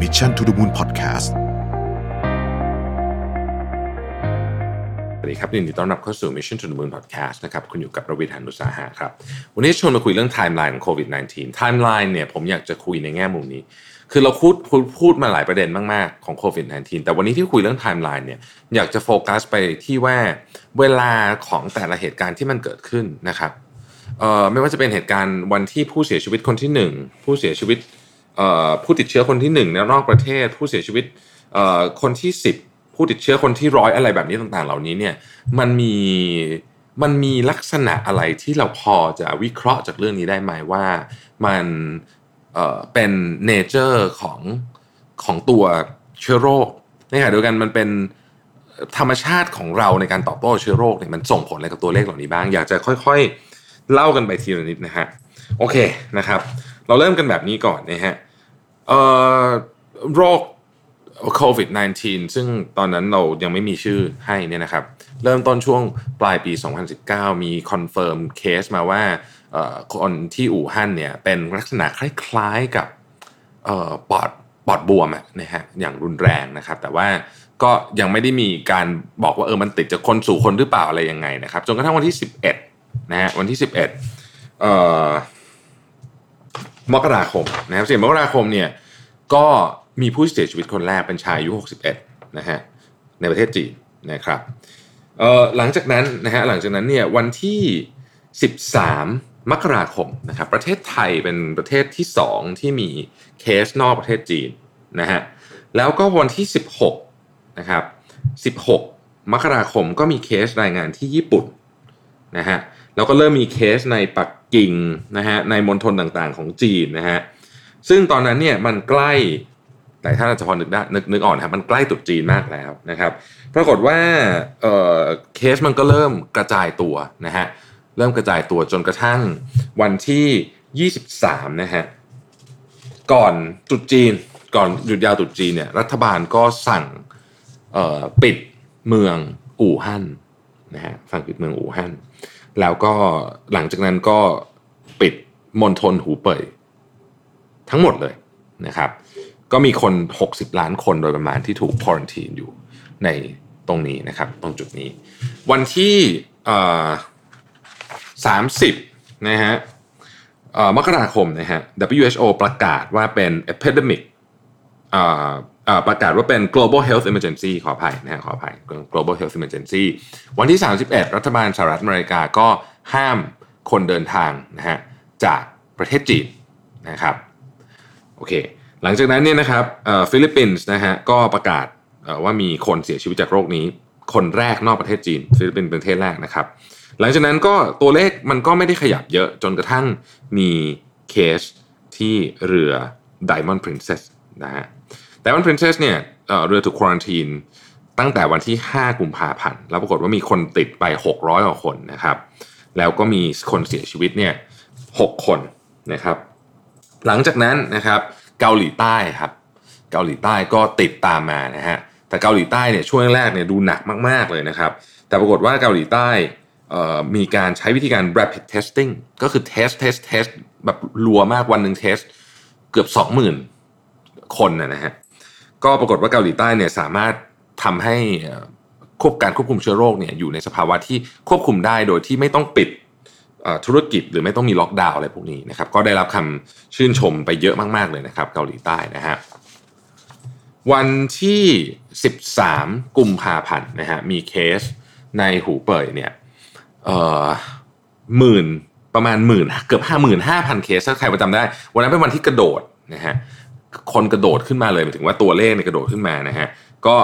Mission to the Moon Podcast สวัสดีครับยินดีต้อนรับเข้าสู่ Mission to the Moon Podcast นะครับคุณอยู่กับรวิทย์ หาญอุตสาหะครับวันนี้ชวนมาคุยเรื่องไทม์ไลน์ของโควิด -19 ไทม์ไลน์เนี่ยผมอยากจะคุยในแง่มุมนี้คือเราพูดมาหลายประเด็นมากๆของโควิด -19 แต่วันนี้ที่คุยเรื่องไทม์ไลน์เนี่ยอยากจะโฟกัสไปที่ว่าเวลาของแต่ละเหตุการณ์ที่มันเกิดขึ้นนะครับไม่ว่าจะเป็นเหตุการณ์วันที่ผู้เสียชีวิตคนที่1ผู้เสียชีวิตผู้ติดเชื้อคนที่1นอกประเทศผู้เสียชีวิตคนที่10ผู้ติดเชื้อคนที่100อะไรแบบนี้ต่างๆเหล่านี้เนี่ยมันมีลักษณะอะไรที่เราพอจะวิเคราะห์จากเรื่องนี้ได้ไหมว่ามันเป็นเนเจอร์ของตัวเชื้อโรคในขณะเดียวกันมันเป็นธรรมชาติของเราในการตอบโต้เชื้อโรคเนี่ยมันส่งผลอะไรกับตัวเลขเหล่านี้บ้างอยากจะค่อยๆเล่ากันไปทีละนิดนะฮะโอเคนะครับเราเริ่มกันแบบนี้ก่อนนะฮะโรคโควิด -19 ซึ่งตอนนั้นเรายังไม่มีชื่อให้เนี่ยนะครับเริ่มต้นช่วงปลายปี 2019 มีคอนเฟิร์มเคสมาว่าคนที่อู่ฮั่นเนี่ยเป็นลักษณะคล้ายๆกับปอดบวมนะฮะอย่างรุนแรงนะครับแต่ว่าก็ยังไม่ได้มีการบอกว่ามันติดจากคนสู่คนหรือเปล่าอะไรยังไงนะครับจนกระทั่งวันที่11นะฮะวันที่11มกราคมนะครับ10มกราคมเนี่ยก็มีผู้เสียชีวิตคนแรกเป็นชายอายุ61นะฮะในประเทศจีนนะครับหลังจากนั้นเนี่ยวันที่13มกราคมนะครับประเทศไทยเป็นประเทศที่2ที่มีเคสนอกประเทศจีนนะฮะแล้วก็วันที่16นะครับ16มกราคมก็มีเคสรายงานที่ญี่ปุ่นนะฮะแล้วก็เริ่มมีเคสในปักกิ่งนะฮะในมณฑลต่างๆของจีนนะฮะซึ่งตอนนั้นเนี่ยมันใกล้แต่ถ้าจะพอนึกออกนะครับมันใกล้ตรุษจีนมากแล้วนะครับปรากฏว่าเคสมันก็เริ่มกระจายตัวนะฮะเริ่มกระจายตัวจนกระทั่งวันที่23นะฮะก่อนตรุษจีนก่อนหยุดยาวตรุษจีนเนี่ยรัฐบาลก็สั่งปิดเมืองอู่ฮั่นนะฮะสั่งปิดเมืองอู่ฮั่นแล้วก็หลังจากนั้นก็ปิดมณฑลหูเป่ยทั้งหมดเลยนะครับก็มีคน60ล้านคนโดยประมาณที่ถูกควอรันทีนอยู่ในตรงนี้นะครับตรงจุดนี้วันที่30นะฮะมกราคมนะฮะ WHO ประกาศว่าเป็น epidemic ประกาศว่าเป็น global health emergency ขออภัย global health emergency วันที่31รัฐบาลสหรัฐอเมริกาก็ห้ามคนเดินทางนะฮะจากประเทศจีนนะครับโอเคหลังจากนั้นเนี่ยนะครับฟิลิปปินส์นะฮะก็ประกาศว่ามีคนเสียชีวิตจากโรคนี้คนแรกนอกประเทศจีนฟิลิปปินส์เป็นประเทศแรกนะครับหลังจากนั้นก็ตัวเลขมันก็ไม่ได้ขยับเยอะจนกระทั่งมีเคสที่เรือ Diamond Princess นะฮะ Diamond Princess เนี่ยเรือถูกควอรันทีนตั้งแต่วันที่5กุมภาพันธ์แล้วปรากฏว่ามีคนติดไป600กว่าคนนะครับแล้วก็มีคนเสียชีวิตเนี่ย6คนนะครับหลังจากนั้นนะครับเกาหลีใต้ครับเกาหลีใต้ก็ติดตามมานะฮะแต่เกาหลีใต้เนี่ยช่วงแรกเนี่ยดูหนักมากๆเลยนะครับแต่ปรากฏว่าเกาหลีใต้มีการใช้วิธีการ rapid testing ก็คือ test แบบรัวมากวันหนึ่งเทสเกือบ 20,000 คนนะฮะก็ปรากฏว่าเกาหลีใต้เนี่ยสามารถทำให้การควบคุมเชื้อโรคเนี่ยอยู่ในสภาวะที่ควบคุมได้โดยที่ไม่ต้องปิดธุรกิจหรือไม่ต้องมีล็อกดาวน์อะไรพวกนี้นะครับก็ได้รับคำชื่นชมไปเยอะมากๆเลยนะครับเกาหลีใต้นะฮะวันที่13กุมภาพันธ์นะฮะมีเคสในหูเป่ยเนี่ยประมาณเกือบ 55,000 เคสถ้าใครจำได้วันนั้นเป็นวันที่กระโดดนะฮะคนกระโดดขึ้นมาเลยหมายถึงว่าตัวเลขเนี่ยกระโดดขึ้นมานะฮะก็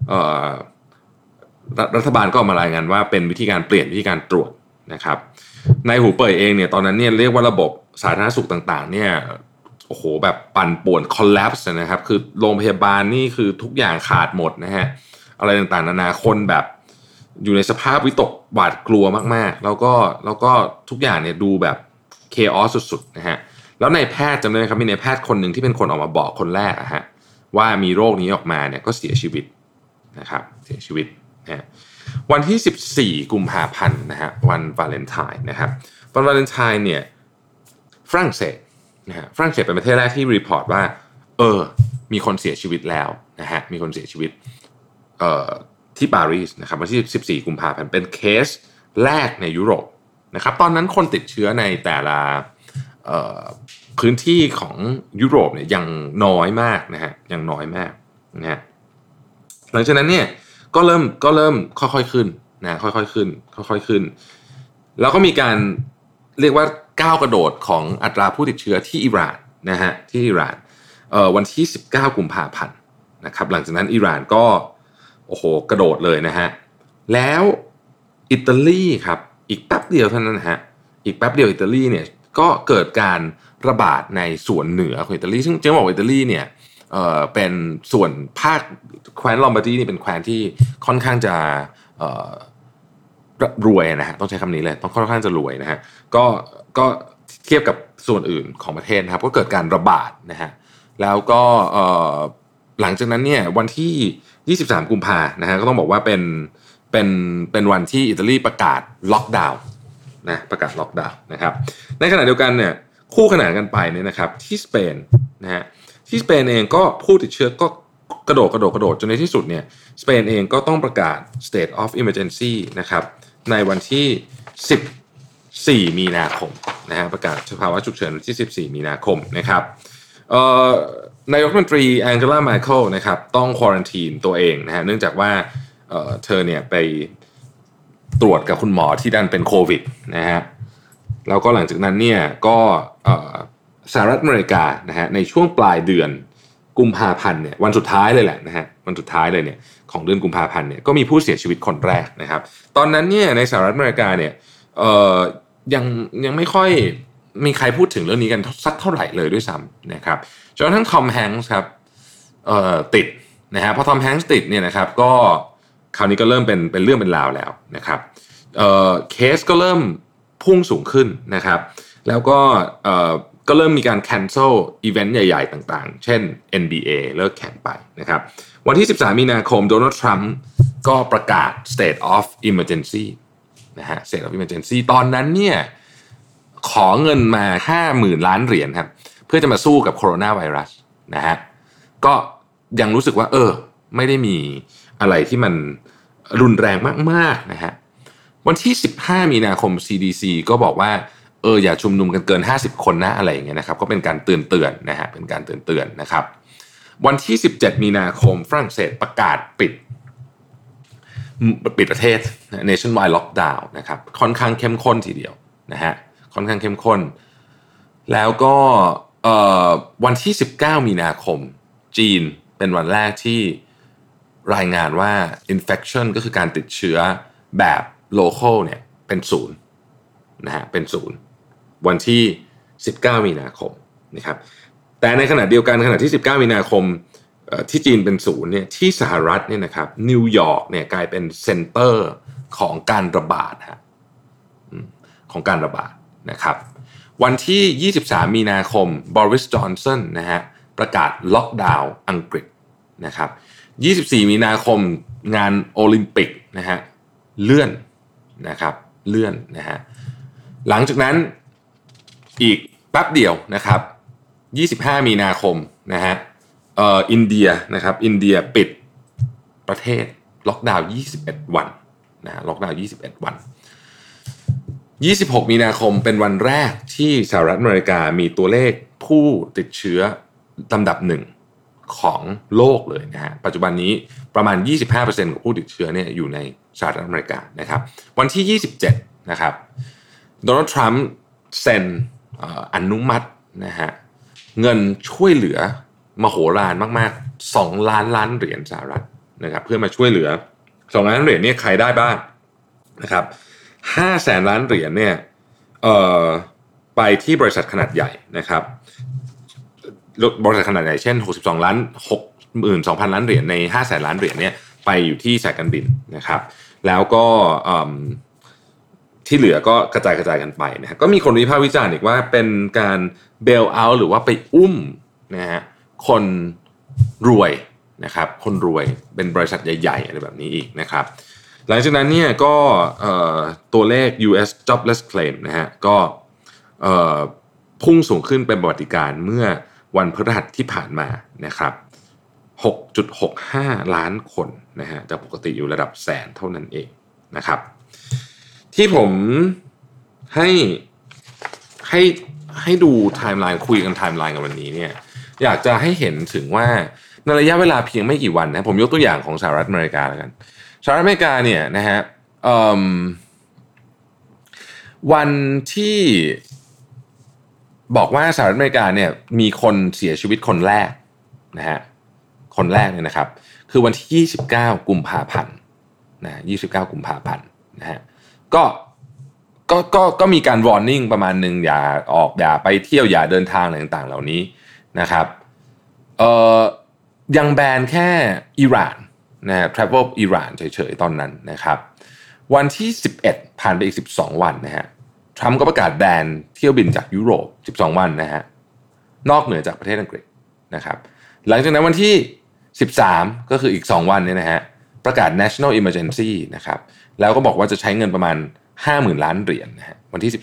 รัฐบาลก็ออกมารายงานว่าเป็นวิธีการเปลี่ยนวิธีการตรวจนะครับในหูเป่ยเองเนี่ยตอนนั้นเนี่ยเรียกว่าระบบสาธารณสุขต่างๆเนี่ยโอ้โหแบบปั่นป่วน collapse นะครับคือโรงพยาบาลนี่คือทุกอย่างขาดหมดนะฮะอะไรต่างๆนานาคนแบบอยู่ในสภาพวิตกหวาดกลัวมากๆแล้วก็ทุกอย่างเนี่ยดูแบบ chaos สุดๆนะฮะแล้วนายแพทย์จำได้ไหมครับมีนายแพทย์คนหนึ่งที่เป็นคนออกมาบอกคนแรกอะฮะว่ามีโรคนี้ออกมาเนี่ยก็เสียชีวิตนะครับเสียชีวิตนะวันที่14กุมภาพันธ์นะฮะวันวาเลนไทน์นะครับวันวาเลนไทน์เนี่ยฝรั่งเศสนะฮะฝรั่งเศสเป็นประเทศแรกที่รีพอร์ตว่ามีคนเสียชีวิตแล้วนะฮะมีคนเสียชีวิตที่ปารีสนะครับวันที่14กุมภาพันธ์เป็นเคสแรกในยุโรปนะครับตอนนั้นคนติดเชื้อในแต่ละพื้นที่ของยุโรปเนี่ยยังน้อยมากนะฮะยังน้อยมากนะฮะหลังจากนั้นเนี่ยก็เริ่มค่อยๆขึ้นนะค่อยๆขึ้นแล้วก็มีการเรียกว่าก้าวกระโดดของอัตราผู้ติดเชื้อที่อิหร่านนะฮะที่อิหร่านวันที่19กุมภาพันธ์นะครับหลังจากนั้นอิหร่านก็โอ้โหกระโดดเลยนะฮะแล้วอิตาลีครับอีกแป๊บเดียวเท่านั้นนะฮะอีกแป๊บเดียวอิตาลีเนี่ยก็เกิดการระบาดในส่วนเหนือของอิตาลีซึ่งจะบอกว่าอิตาลีเนี่ยเป็นส่วนภาคแคว้นลอมบาร์ดีนี่เป็นแคว้นที่ค่อนข้างจะรวยนะฮะต้องใช้คำนี้เลยต้องค่อนข้างจะรวยนะฮะก็เทียบกับส่วนอื่นของประเทศนะครับก็เกิดการระบาดนะฮะแล้วก็หลังจากนั้นเนี่ยวันที่23กุมภานะฮะก็ต้องบอกว่าเป็นวันที่อิตาลีประกาศล็อกดาวน์นะประกาศล็อกดาวน์นะครับในขณะเดียวกันเนี่ยคู่ขนานกันไปเนี่ยนะครับที่สเปนนะฮะที่สเปนเองก็ผู้ติดเชื้อก็กระโดดจนในที่สุดเนี่ยสเปนเองก็ต้องประกาศ state of emergency นะครับในวันที่14มีนาคมนะฮะประกาศสภาวะฉุกเฉินวันที่14มีนาคมนะครับนายกรัฐมนตรีแองเจล่าไมเคิลนะครับต้องควอรันทีนตัวเองนะฮะเนื่องจากว่าเธอเนี่ยไปตรวจกับคุณหมอที่ดันเป็นโควิดนะฮะแล้วก็หลังจากนั้นเนี่ยก็สหรัฐอเมริกานะฮะในช่วงปลายเดือนกุมภาพันธ์เนี่ยวันสุดท้ายเลยแหละนะฮะวันสุดท้ายเลยเนี่ยของเดือนกุมภาพันธ์เนี่ยก็มีผู้เสียชีวิตคนแรกนะครับตอนนั้นเนี่ยในสหรัฐอเมริกาเนี่ยยังไม่ค่อยมีใครพูดถึงเรื่องนี้กันสักเท่าไหร่เลยด้วยซ้ำนะครับจนกระทั่งทอมแฮงค์ครับติดนะฮะพอทอมแฮงค์ติดเนี่ยนะครับก็คราวนี้ก็เริ่มเป็นเรื่องเป็นราวแล้วนะครับเคสก็เริ่มพุ่งสูงขึ้นนะครับแล้วก็เริ่มมีการ cancel อีเวนต์ใหญ่ๆต่างๆเช่น NBA เลิกแข่งไปนะครับวันที่13มีนาคมโดนัลด์ทรัมป์ก็ประกาศ state of emergency นะฮะ state of emergency ตอนนั้นเนี่ยขอเงินมา 50,000 ล้านเหรียญครับเพื่อจะมาสู้กับโคโรนาไวรัสนะฮะก็ยังรู้สึกว่าไม่ได้มีอะไรที่มันรุนแรงมากๆนะฮะวันที่15มีนาคม CDC ก็บอกว่าอย่าชุมนุมกันเกิน50คนนะอะไรอย่างเงี้ยนะครับก็เป็นการเตือนนะฮะเป็นการเตือนนะครับวันที่17มีนาคมฝรั่งเศสประกาศปิดประเทศ nationwide lockdown นะครับค่อนข้างเข้มข้นทีเดียวนะฮะค่อนข้างเข้มข้นแล้วก็วันที่19มีนาคมจีนเป็นวันแรกที่รายงานว่า infection ก็คือการติดเชื้อแบบ local เนี่ยเป็นศูนย์นะฮะเป็นศูนย์วันที่19มีนาคมนะครับแต่ในขณะเดียวกันขณะที่19มีนาคมที่จีนเป็นศูนย์เนี่ยที่สหรัฐเนี่ยนะครับนิวยอร์กเนี่ยกลายเป็นเซ็นเตอร์ของการระบาดฮะของการระบาดนะครับวันที่23มีนาคมบริสจอนสันนะฮะประกาศล็อกดาวน์อังกฤษนะครับ24มีนาคมงานโอลิมปิกนะฮะเลื่อนนะครับเลื่อนนะฮะหลังจากนั้นอีกแป๊บเดียวนะครับ25มีนาคมนะฮะอินเดียนะครับอินเดียปิดประเทศล็อกดาวน์21วันนะฮะล็อกดาวน์21วัน26มีนาคมเป็นวันแรกที่สหรัฐอเมริกามีตัวเลขผู้ติดเชื้อลำดับหนึ่งของโลกเลยนะฮะปัจจุบันนี้ประมาณ 25% ของผู้ติดเชื้อเนี่ยอยู่ในสหรัฐอเมริกานะครับวันที่27นะครับโดนัลด์ทรัมป์เซ็นอนุมัตินะฮะเงินช่วยเหลือมโหฬารมากๆ2ล้านล้านเหรียญสหรัฐนะครับเพื่อมาช่วยเหลือ2ล้านเหรียญเนี่ยใครได้บ้างนะครับ500,000 ล้านเหรียญเนี่ยไปที่บริษัทขนาดใหญ่นะครับบริษัทขนาดใหญ่เช่น62ล้าน62,000 ล้านเหรียญใน500,000 ล้านเหรียญเนี่ยไปอยู่ที่สายการบินนะครับแล้วก็ที่เหลือก็กระจายกันไปนะฮะก็มีคนวิพากษ์วิจารณ์อีกว่าเป็นการเบลเอาท์หรือว่าไปอุ้มนะฮะคนรวยนะครับคนรวยเป็นบริษัทใหญ่ๆอะไรแบบนี้อีกนะครับหลังจากนั้นเนี่ยก็ตัวเลข US jobless claim นะฮะก็พุ่งสูงขึ้นเป็นประวัติการณ์เมื่อวันพฤหัสที่ผ่านมานะครับ 6.65 ล้านคนนะฮะจากปกติอยู่ระดับแสนเท่านั้นเองนะครับที่ผมให้ให้ให้ดูไทม์ไลน์คุยกันไทม์ไลน์กันวันนี้เนี่ยอยากจะให้เห็นถึงว่าในระยะเวลาเพียงไม่กี่วันนะผมยกตัวอย่างของสหรัฐอเมริกาแล้วกันสหรัฐอเมริกาเนี่ยนะฮะวันที่บอกว่าสหรัฐอเมริกาเนี่ยมีคนเสียชีวิตคนแรกนะฮะคนแรกเนี่ยนะครับคือวันที่29กุมภาพันธ์นะ29กุมภาพันธ์นะฮะก็มีการ warning ประมาณนึงอย่าไปเที่ยวอย่าเดินทางอะไรต่างๆเหล่านี้นะครับยังแบนแค่อิหร่านนะ travel อิหร่านเฉยๆตอนนั้นนะครับวันที่11ผ่านไปอีก12วันนะฮะทรัมป์ก็ประกาศแบนเที่ยวบินจากยุโรป12วันนะฮะนอกเหนือจากประเทศอังกฤษนะครับหลังจากนั้นวันที่13ก็คืออีก2วันเนี่ยนะฮะประกาศ national emergency นะครับแล้วก็บอกว่าจะใช้เงินประมาณ 50,000 ล้านเหรียญนะฮะวันที่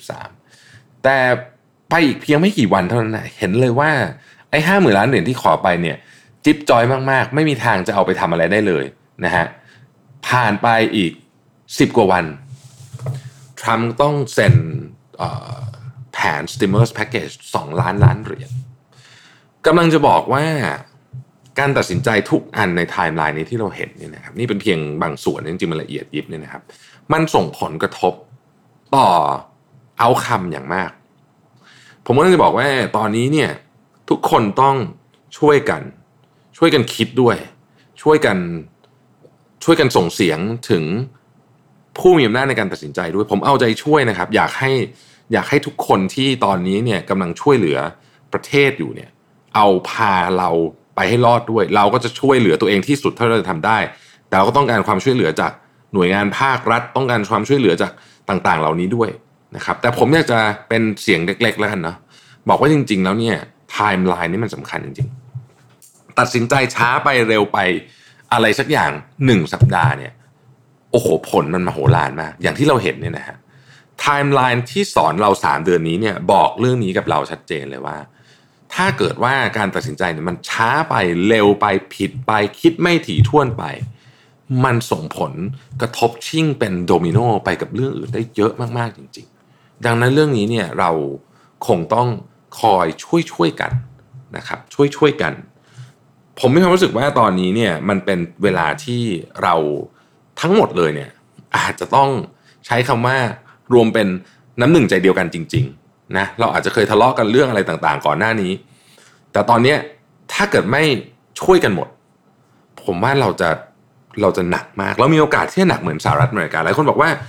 13แต่ไปอีกเพียงไม่กี่วันเท่านั้นนะเห็นเลยว่าไอ้ 50,000 ล้านเหรียญที่ขอไปเนี่ยจิ๊บจอยมากๆไม่มีทางจะเอาไปทำอะไรได้เลยนะฮะผ่านไปอีก10กว่าวันทรัมป์ต้องเซ็นแผน stimulus package 2 ล้านล้านเหรียญกำลังจะบอกว่าการตัดสินใจทุกอันในไทม์ไลน์นี้ที่เราเห็นเนี่ยนะครับนี่เป็นเพียงบางส่วนจริงๆมันละเอียดยิบเนี่ยนะครับมันส่งผลกระทบต่อเอาท์คัมอย่างมากผมก็จะบอกว่าตอนนี้เนี่ยทุกคนต้องช่วยกันคิดด้วยช่วยกันส่งเสียงถึงผู้มีอำนาจในการตัดสินใจด้วยผมเอาใจช่วยนะครับอยากให้ทุกคนที่ตอนนี้เนี่ยกำลังช่วยเหลือประเทศอยู่เนี่ยเอาพาเราไปให้รอดด้วยเราก็จะช่วยเหลือตัวเองที่สุดเท่าที่เราจะทำได้แต่เราก็ต้องการความช่วยเหลือจากหน่วยงานภาครัฐต้องการความช่วยเหลือจากต่างๆเหล่านี้ด้วยนะครับแต่ผมอยากจะเป็นเสียงเล็กๆแล้วกันเนาะบอกว่าจริงๆแล้วเนี่ยไทม์ไลน์นี่มันสำคัญจริงๆตัดสินใจช้าไปเร็วไปอะไรสักอย่าง1สัปดาห์เนี่ยโอ้โหผลมันมโหฬารมากอย่างที่เราเห็นเนี่ยนะฮะไทม์ไลน์ที่สอนเรา3เดือนนี้เนี่ยบอกเรื่องนี้กับเราชัดเจนเลยว่าถ้าเกิดว่าการตัดสินใจเนี่ยมันช้าไปเร็วไปผิดไปคิดไม่ถี่ถ้วนไปมันส่งผลกระทบชิ่งเป็นโดมิโนไปกับเรื่องอื่นได้เยอะมากๆจริงๆดังนั้นเรื่องนี้เนี่ยเราคงต้องคอยช่วยกันนะครับช่วยกันผมมีความรู้สึกว่าตอนนี้เนี่ยมันเป็นเวลาที่เราทั้งหมดเลยเนี่ยอาจจะต้องใช้คำว่ารวมเป็นน้ำหนึ่งใจเดียวกันจริงๆนะเราอาจจะเคยทะเลาะกันเรื่องอะไรต่างๆก่อนหน้านี้แต่ตอนนี้ถ้าเกิดไม่ช่วยกันหมดผมว่าเราจะหนักมากเรามีโอกาสที่จะหนักเหมือนสหรัฐอเมริกาหลายคนบอกว่า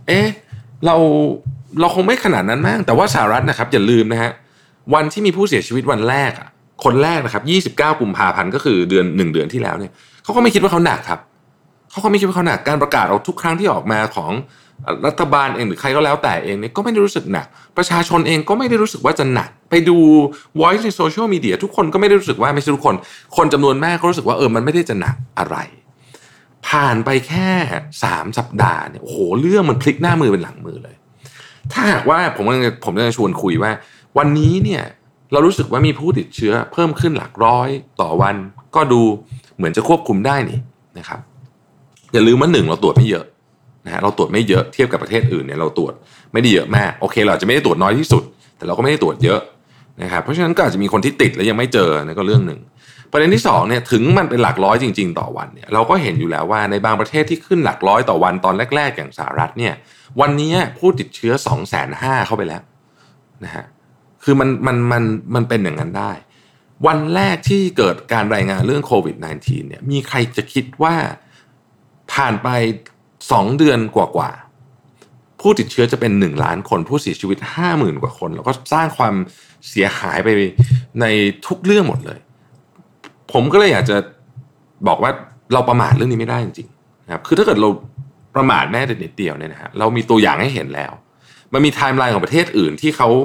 เราคงไม่ขนาดนั้นมั้งแต่ว่าสหรัฐนะครับอย่าลืมนะฮะวันที่มีผู้เสียชีวิตวันแรกคนแรกนะครับ29กุมภาพันธ์ก็คือ1 เดือนที่แล้วเนี่ยเขาก็ไม่คิดว่าเขาหนักครับเขาก็ไม่คิดว่าเขาหนักการประกาศเอาทุกครั้งที่ออกมาของรัฐบาลเองหรือใครก็แล้วแต่เองเนี่ยก็ไม่ได้รู้สึกหนักประชาชนเองก็ไม่ได้รู้สึกว่าจะหนักไปดู voice ในโซเชียลมีเดียทุกคนก็ไม่ได้รู้สึกว่าไม่ใช่ทุกคนจำนวนมากก็รู้สึกว่ามันไม่ได้จะหนักอะไรผ่านไปแค่3สัปดาห์เนี่ยโอ้โหเรื่องมันพลิกหน้ามือเป็นหลังมือเลยถ้าหากว่าผมจะชวนคุยว่าวันนี้เนี่ยเรารู้สึกว่ามีผู้ติดเชื้อเพิ่มขึ้นหลักร้อยต่อวันก็ดูเหมือนจะควบคุมได้นี่นะครับอย่าลืมว่า1เราตรวจไม่เยอะนะฮะเราตรวจไม่เยอะเทียบกับประเทศอื่นเนี่ยเราตรวจไม่ได้เยอะมากโอเคเราอาจจะไม่ได้ตรวจน้อยที่สุดแต่เราก็ไม่ได้ตรวจเยอะนะครับเพราะฉะนั้นก็อาจจะมีคนที่ติดแล้วยังไม่เจอนั่นก็เรื่องหนึ่งประเด็นที่2เนี่ยถึงมันเป็นหลักร้อยจริงๆต่อวันเนี่ยเราก็เห็นอยู่แล้วว่าในบางประเทศที่ขึ้นหลักร้อยต่อวันตอนแรกๆอย่างสหรัฐเนี่ยวันนี้ผู้ติดเชื้อ 250,000 เข้าไปแล้วนะฮะคือมันเป็นอย่างนั้นได้วันแรกที่เกิดการรายงานเรื่องโควิด -19 เนี่ยมีใครจะคิดว่าผ่านไป2 เดือนกว่าผู้ติดเชื้อจะเป็น1 ล้านคนผู้เสียชีวิต 50,000 กว่าคนแล้วก็สร้างความเสียหายไปในทุกเรื่องหมดเลยผมก็เลยอยากจะบอกว่าเราประมาทเรื่องนี้ไม่ได้จริงๆนะครับคือถ้าเกิดเราประมาทแม้แต่นิดเดียวเนี่ยนะฮะเรามีตัวอย่างให้เห็นแล้วมันมีไทม์ไลน์ของประเทศอื่นที่เขา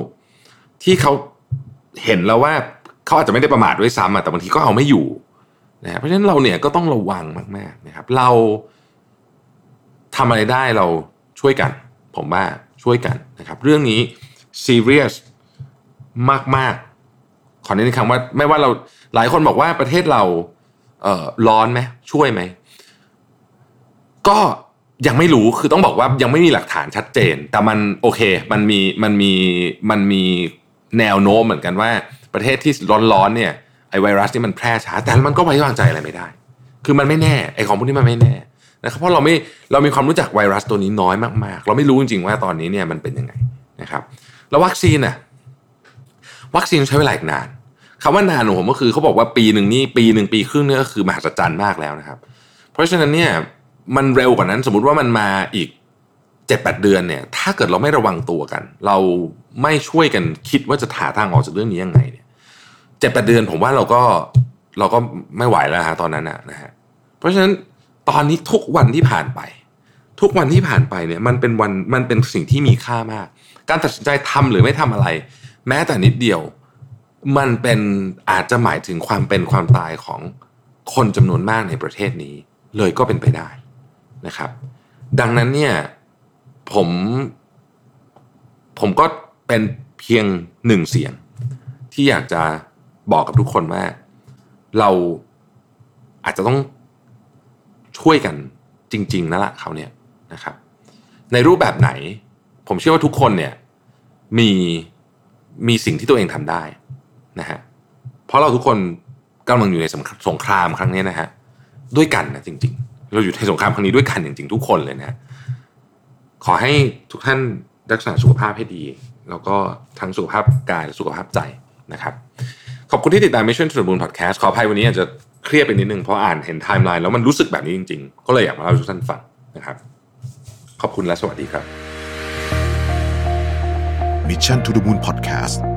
เห็นแล้วว่าเขาอาจจะไม่ได้ประมาทด้วยซ้ำแต่บางทีก็เอาไม่อยู่นะเพราะฉะนั้นเราเนี่ยก็ต้องระวังมากๆนะครับเราทำอะไรได้เราช่วยกันผมว่าช่วยกันนะครับเรื่องนี้ซีเรียสมากๆขอเน้นคำว่าไม่ว่าเราหลายคนบอกว่าประเทศเราร้อนไหมช่วยไหมก็ยังไม่รู้คือต้องบอกว่ายังไม่มีหลักฐานชัดเจนแต่มันโอเคมันมีแนวโน้มเหมือนกันว่าประเทศที่ร้อนๆเนี่ยไอไวรัสนี่มันแพร่ช้าแต่มันก็ไว้วางใจอะไรไม่ได้คือมันไม่แน่ไอของพวกนี้มันไม่แน่นะครับเพราะเรามีความรู้จักไวรัสตัวนี้น้อยมากๆเราไม่รู้จริงๆว่าตอนนี้เนี่ยมันเป็นยังไงนะครับแล้ววัคซีนใช้เวลาอีกนานคำว่านานของผมก็คือเขาบอกว่าปีหนึ่งปีครึ่งนี่ก็คือมหัศจรรย์มากแล้วนะครับเพราะฉะนั้นเนี่ยมันเร็วกว่านั้นสมมุติว่ามันมาอีก 7-8 เดือนเนี่ยถ้าเกิดเราไม่ระวังตัวกันเราไม่ช่วยกันคิดว่าจะหาทางออกจากเรื่องนี้ยังไงเนี่ย 7-8 เดือนผมว่าเราก็ไม่ไหวแล้วฮะตอนนั้นนะฮะเพราะฉะนั้นตอนนี้ทุกวันที่ผ่านไปเนี่ยมันเป็นสิ่งที่มีค่ามากการตัดสินใจทำหรือไม่ทำอะไรแม้แต่นิดเดียวมันเป็นอาจจะหมายถึงความเป็นความตายของคนจำนวนมากในประเทศนี้เลยก็เป็นไปได้นะครับดังนั้นเนี่ยผมก็เป็นเพียงหนึ่งเสียงที่อยากจะบอกกับทุกคนว่าเราอาจจะต้องช่วยกันจริงๆนั่นแหละเขาเนี่ยนะครับในรูปแบบไหนผมเชื่อว่าทุกคนเนี่ยมีสิ่งที่ตัวเองทำได้นะฮะเพราะเราทุกคนกำลังอยู่ในสงครามครั้งนี้นะฮะด้วยกันนะจริงๆเราอยู่ในสงครามครั้งนี้ด้วยกันจริงๆทุกคนเลยนะขอให้ทุกท่านรักษาสุขภาพให้ดีแล้วก็ทั้งสุขภาพกายและสุขภาพใจนะครับขอบคุณที่ติดตาม Mission to the Moon Podcast ขออภัยวันนี้อาจจะเครียดไปนิดนึงเพราะอ่านเห็นไทม์ไลน์แล้วมันรู้สึกแบบนี้จริงๆก็เลยอยากมาเล่าให้ทุกท่านฟังนะครับขอบคุณและสวัสดีครับ Mission to the Moon Podcast